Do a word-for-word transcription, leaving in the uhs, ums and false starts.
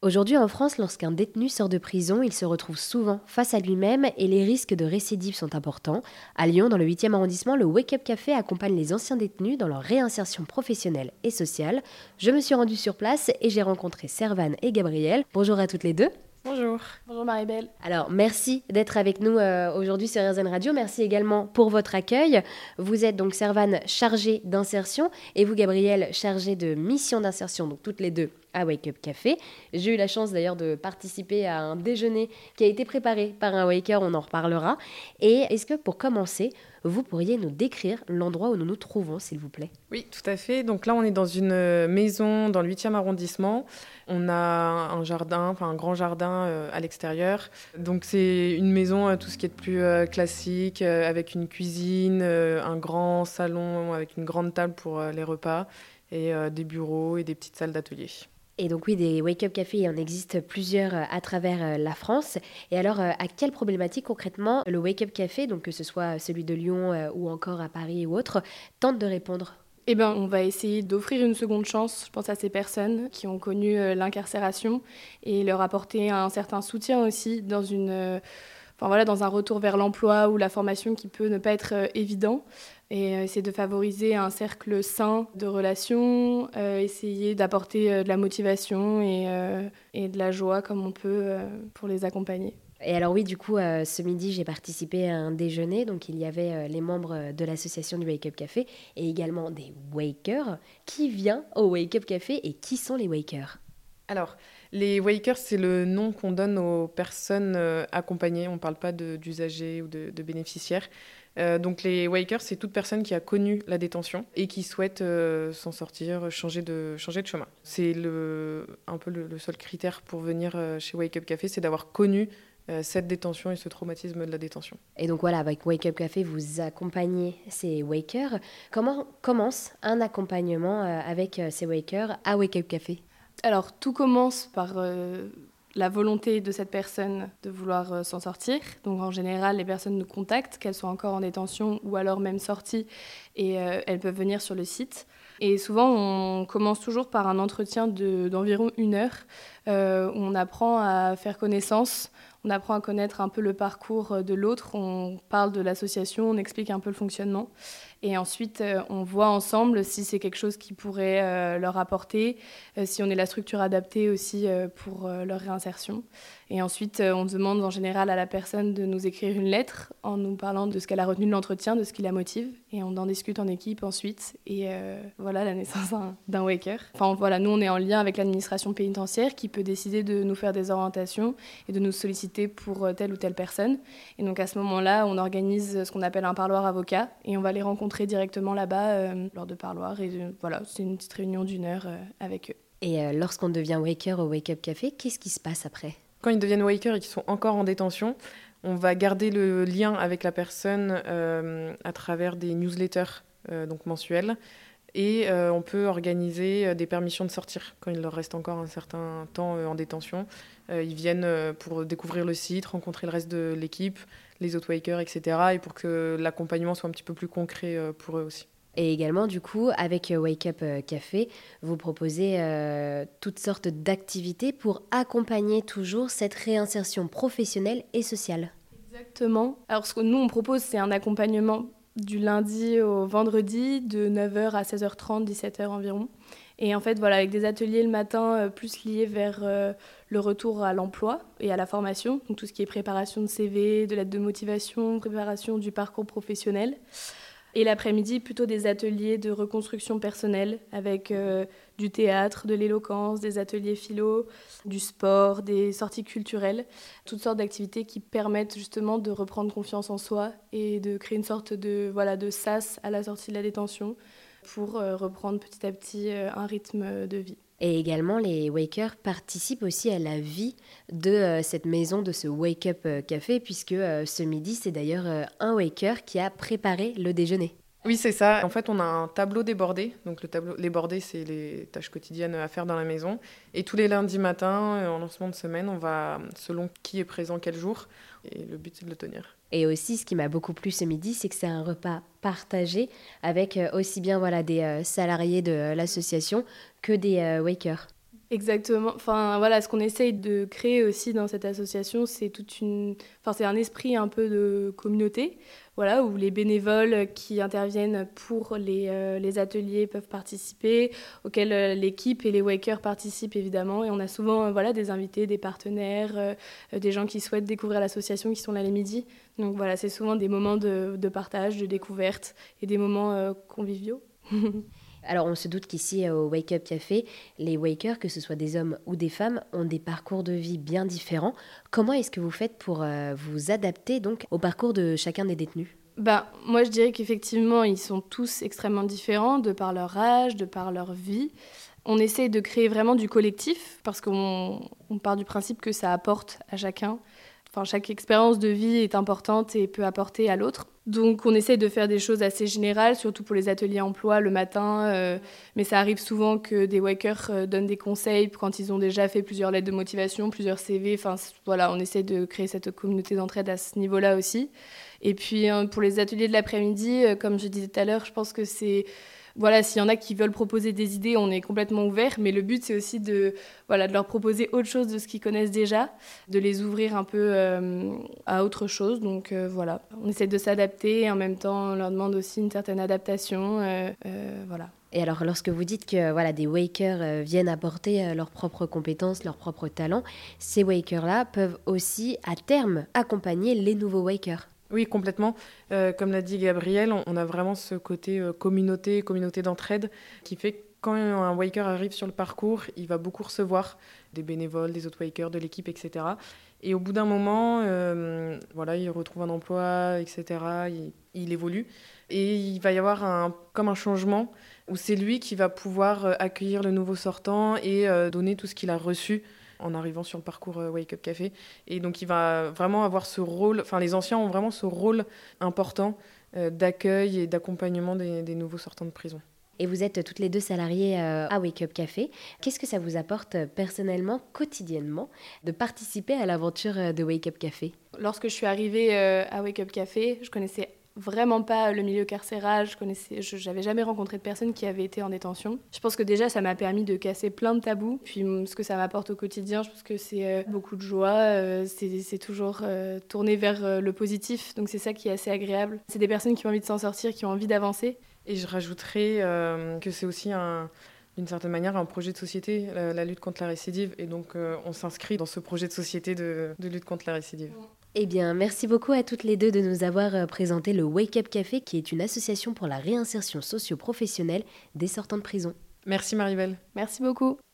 Aujourd'hui en France, lorsqu'un détenu sort de prison, il se retrouve souvent face à lui-même et les risques de récidive sont importants. À Lyon, dans le huitième arrondissement, le Wake Up Café accompagne les anciens détenus dans leur réinsertion professionnelle et sociale. Je me suis rendue sur place et j'ai rencontré Servane et Gabriel. Bonjour à toutes les deux. Bonjour. Bonjour Marie-Belle. Alors, merci d'être avec nous euh, aujourd'hui sur R Z N Radio. Merci également pour votre accueil. Vous êtes donc Servane chargée d'insertion et vous, Gabriel, chargée de mission d'insertion, donc toutes les deux à Wake Up Café. J'ai eu la chance d'ailleurs de participer à un déjeuner qui a été préparé par un Waker, on en reparlera. Et est-ce que pour commencer, vous pourriez nous décrire l'endroit où nous nous trouvons, s'il vous plaît ? Oui, tout à fait. Donc là, on est dans une maison dans le huitième arrondissement. On a un jardin, enfin un grand jardin euh, à l'extérieur. Donc c'est une maison, euh, tout ce qui est de plus euh, classique, euh, avec une cuisine, euh, un grand salon avec une grande table pour euh, les repas et euh, des bureaux et des petites salles d'atelier. Et donc oui, des Wake Up Café, il en existe plusieurs à travers la France. Et alors, à quelle problématique concrètement le Wake Up Café, donc que ce soit celui de Lyon ou encore à Paris ou autre, tente de répondre ? Eh ben, on va essayer d'offrir une seconde chance, je pense, à ces personnes qui ont connu l'incarcération et leur apporter un certain soutien aussi dans une... Enfin, voilà, dans un retour vers l'emploi ou la formation qui peut ne pas être euh, évident. Et essayer de favoriser un cercle sain de relations, euh, essayer d'apporter euh, de la motivation et, euh, et de la joie comme on peut euh, pour les accompagner. Et alors oui, du coup, euh, ce midi, j'ai participé à un déjeuner. Donc, il y avait euh, les membres de l'association du Wake Up Café et également des Wakers. Qui vient au Wake Up Café et qui sont les Wakers ? Alors, les Wakers, c'est le nom qu'on donne aux personnes euh, accompagnées. On ne parle pas de, d'usagers ou de, de bénéficiaires. Euh, donc les Wakers, c'est toute personne qui a connu la détention et qui souhaite euh, s'en sortir, changer de, changer de chemin. C'est le, un peu le, le seul critère pour venir euh, chez Wake Up Café, c'est d'avoir connu euh, cette détention et ce traumatisme de la détention. Et donc voilà, avec Wake Up Café, vous accompagnez ces Wakers. Comment commence un accompagnement euh, avec euh, ces Wakers à Wake Up Café ? Alors, tout commence par euh, la volonté de cette personne de vouloir euh, s'en sortir. Donc, en général, les personnes nous contactent, qu'elles soient encore en détention ou alors même sorties, et euh, elles peuvent venir sur le site. Et souvent, on commence toujours par un entretien de, d'environ une heure, euh, où on apprend à faire connaissance, on apprend à connaître un peu le parcours de l'autre, on parle de l'association, on explique un peu le fonctionnement. Et ensuite, euh, on voit ensemble si c'est quelque chose qui pourrait euh, leur apporter, euh, si on est la structure adaptée aussi euh, pour euh, leur réinsertion. Et ensuite, euh, on demande en général à la personne de nous écrire une lettre en nous parlant de ce qu'elle a retenu de l'entretien, de ce qui la motive. Et on en discute en équipe ensuite. Et euh, voilà la naissance d'un, d'un Waker. Enfin voilà, nous, on est en lien avec l'administration pénitentiaire qui peut décider de nous faire des orientations et de nous solliciter pour telle ou telle personne. Et donc à ce moment-là, on organise ce qu'on appelle un parloir avocat et on va les rencontrer directement là-bas euh, lors de parloirs. Et euh, voilà, c'est une petite réunion d'une heure euh, avec eux. Et euh, lorsqu'on devient Waker au Wake Up Café, qu'est-ce qui se passe après ? Quand ils deviennent Wakers et qu'ils sont encore en détention, on va garder le lien avec la personne euh, à travers des newsletters euh, donc mensuels. Et euh, on peut organiser des permissions de sortir quand il leur reste encore un certain temps euh, en détention. Euh, ils viennent euh, pour découvrir le site, rencontrer le reste de l'équipe, les autres Wakers, et cetera. Et pour que l'accompagnement soit un petit peu plus concret euh, pour eux aussi. Et également, du coup, avec Wake Up Café, vous proposez euh, toutes sortes d'activités pour accompagner toujours cette réinsertion professionnelle et sociale. Exactement. Alors, ce que nous, on propose, c'est un accompagnement du lundi au vendredi, de neuf heures à seize heures trente, dix-sept heures environ. Et en fait, voilà, avec des ateliers le matin euh, plus liés vers euh, le retour à l'emploi et à la formation, donc tout ce qui est préparation de C V, de lettre de motivation, préparation du parcours professionnel. Et l'après-midi, plutôt des ateliers de reconstruction personnelle avec euh, du théâtre, de l'éloquence, des ateliers philo, du sport, des sorties culturelles, toutes sortes d'activités qui permettent justement de reprendre confiance en soi et de créer une sorte de, voilà, de sas à la sortie de la détention pour euh, reprendre petit à petit euh, un rythme de vie. Et également, les Wakers participent aussi à la vie de euh, cette maison, de ce Wake Up Café, puisque euh, ce midi, c'est d'ailleurs euh, un Waker qui a préparé le déjeuner. Oui, c'est ça. En fait, on a un tableau débordé. Donc, le tableau débordé, c'est les tâches quotidiennes à faire dans la maison. Et tous les lundis matins, en lancement de semaine, on va, selon qui est présent quel jour, et le but, c'est de le tenir. Et aussi, ce qui m'a beaucoup plu ce midi, c'est que c'est un repas partagé avec aussi bien voilà, des euh, salariés de euh, l'association que des euh, Wakers. Exactement. Enfin, voilà, ce qu'on essaye de créer aussi dans cette association, c'est toute une... enfin, c'est un esprit un peu de communauté, voilà, où les bénévoles qui interviennent pour les, euh, les ateliers peuvent participer, auxquels euh, l'équipe et les wakers participent évidemment. Et on a souvent euh, voilà, des invités, des partenaires, euh, des gens qui souhaitent découvrir l'association qui sont là les midis. Donc voilà, c'est souvent des moments de, de partage, de découverte et des moments euh, conviviaux. Alors, on se doute qu'ici, au Wake Up Café, les wakers, que ce soit des hommes ou des femmes, ont des parcours de vie bien différents. Comment est-ce que vous faites pour euh, vous adapter donc au parcours de chacun des détenus ? Ben, moi, je dirais qu'effectivement, ils sont tous extrêmement différents de par leur âge, de par leur vie. On essaie de créer vraiment du collectif parce qu'on on part du principe que ça apporte à chacun. Enfin, chaque expérience de vie est importante et peut apporter à l'autre. Donc on essaie de faire des choses assez générales, surtout pour les ateliers emploi le matin. Euh, mais ça arrive souvent que des wakers euh, donnent des conseils quand ils ont déjà fait plusieurs lettres de motivation, plusieurs C V. Enfin voilà, on essaie de créer cette communauté d'entraide à ce niveau-là aussi. Et puis euh, pour les ateliers de l'après-midi, euh, comme je disais tout à l'heure, je pense que c'est... Voilà, s'il y en a qui veulent proposer des idées, on est complètement ouvert. Mais le but, c'est aussi de, voilà, de leur proposer autre chose de ce qu'ils connaissent déjà, de les ouvrir un peu euh, à autre chose. Donc euh, voilà, on essaie de s'adapter et en même temps, on leur demande aussi une certaine adaptation. Euh, euh, voilà. Et alors, lorsque vous dites que voilà, des wakers euh, viennent apporter euh, leurs propres compétences, leurs propres talents, ces wakers-là peuvent aussi, à terme, accompagner les nouveaux wakers. Oui, complètement. Euh, comme l'a dit Gabrielle, on, on a vraiment ce côté euh, communauté, communauté d'entraide, qui fait que quand un waker arrive sur le parcours, il va beaucoup recevoir des bénévoles, des autres wakers, de l'équipe, et cetera. Et au bout d'un moment, euh, voilà, il retrouve un emploi, et cetera. Il, il évolue. Et il va y avoir un, comme un changement où c'est lui qui va pouvoir accueillir le nouveau sortant et euh, donner tout ce qu'il a reçu en arrivant sur le parcours Wake Up Café. Et donc, il va vraiment avoir ce rôle... Enfin, les anciens ont vraiment ce rôle important euh, d'accueil et d'accompagnement des, des nouveaux sortants de prison. Et vous êtes toutes les deux salariées euh, à Wake Up Café. Qu'est-ce que ça vous apporte personnellement, quotidiennement, de participer à l'aventure de Wake Up Café ? Lorsque je suis arrivée euh, à Wake Up Café, je connaissais vraiment pas le milieu carcéral, je connaissais, je, j'avais jamais rencontré de personne qui avait été en détention. Je pense que déjà ça m'a permis de casser plein de tabous. Puis ce que ça m'apporte au quotidien, je pense que c'est euh, beaucoup de joie, euh, c'est, c'est toujours euh, tourné vers euh, le positif, donc c'est ça qui est assez agréable. C'est des personnes qui ont envie de s'en sortir, qui ont envie d'avancer. Et je rajouterais euh, que c'est aussi un... d'une certaine manière, un projet de société, la, la lutte contre la récidive. Et donc, euh, on s'inscrit dans ce projet de société de, de lutte contre la récidive. Eh bien, merci beaucoup à toutes les deux de nous avoir présenté le Wake Up Café, qui est une association pour la réinsertion socio-professionnelle des sortants de prison. Merci Maribel. Merci beaucoup.